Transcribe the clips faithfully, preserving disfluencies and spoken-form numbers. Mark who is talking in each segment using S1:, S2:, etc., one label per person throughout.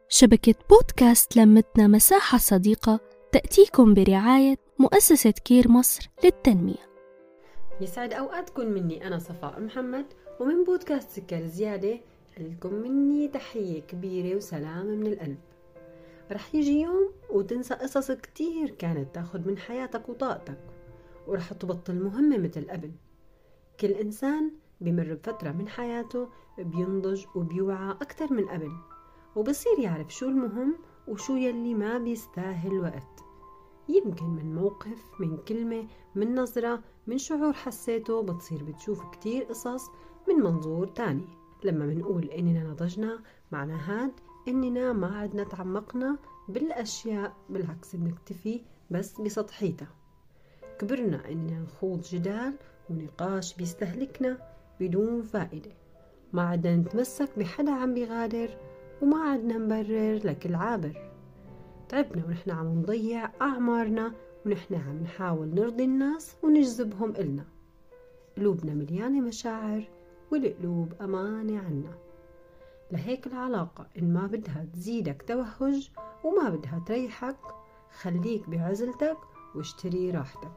S1: شبكة بودكاست لمتنا مساحة صديقة تأتيكم برعاية مؤسسة كير مصر للتنمية.
S2: يسعد أوقاتكم مني أنا صفاء محمد، ومن بودكاست سكر زيادة لكم مني تحية كبيرة وسلام من القلب. رح يجي يوم وتنسى قصص كتير كانت تاخد من حياتك وطاقتك، ورح تبطل مهمة مثل قبل. كل إنسان بمر بفترة من حياته بينضج وبيوعى أكتر من قبل، وبصير يعرف شو المهم وشو يلي ما بيستاهل وقت. يمكن من موقف، من كلمة، من نظرة، من شعور حسيته بتصير بتشوف كتير قصص من منظور تاني. لما منقول إننا نضجنا معنى هاد إننا ما عدنا تعمقنا بالأشياء، بالعكس بنكتفي بس بسطحيتها. كبرنا إننا نخوض جدال ونقاش بيستهلكنا بدون فائدة. ما عدنا نتمسك بحدا عم بيغادر، وما عدنا نبرر لكل عابر. تعبنا ونحن عم نضيع أعمارنا ونحن عم نحاول نرضي الناس ونجذبهم إلنا. قلوبنا مليانة مشاعر والقلوب أمانة عنا. لهيك العلاقة إن ما بدها تزيدك توهج وما بدها تريحك، خليك بعزلتك واشتري راحتك.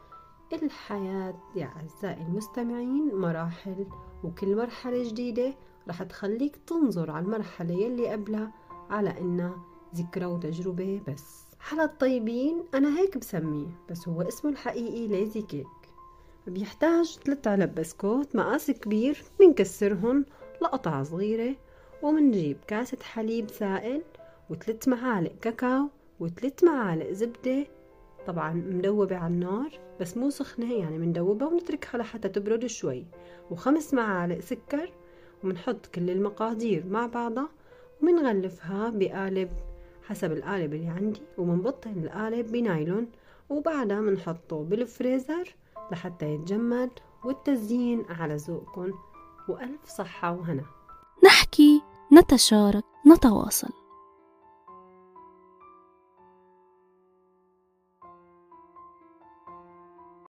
S2: الحياة يا أعزائي المستمعين مراحل، وكل مرحلة جديدة رح تخليك تنظر على المرحلة يلي قبلها على إنها ذكرى وتجربة بس. حلا الطيبين أنا هيك بسميه، بس هو اسمه الحقيقي ليزي كيك. بيحتاج ثلاث علب بسكوت مقاس كبير، بنكسرهم لقطع صغيرة، ومنجيب كاسة حليب سائل وثلاث معالق كاكاو وثلاث معالق زبدة، طبعا مدوبة على النار بس مو سخنة، يعني مندوبة ونتركها لحتى تبرد شوي، وخمس معالق سكر، ومنحط كل المقادير مع بعضها ومنغلفها بقالب حسب القالب اللي عندي، ومنبطن القالب بنايلون، وبعدها منحطه بالفريزر لحتى يتجمد، والتزيين على ذوقكم، وألف صحة وهنا.
S1: نحكي، نتشارك، نتواصل.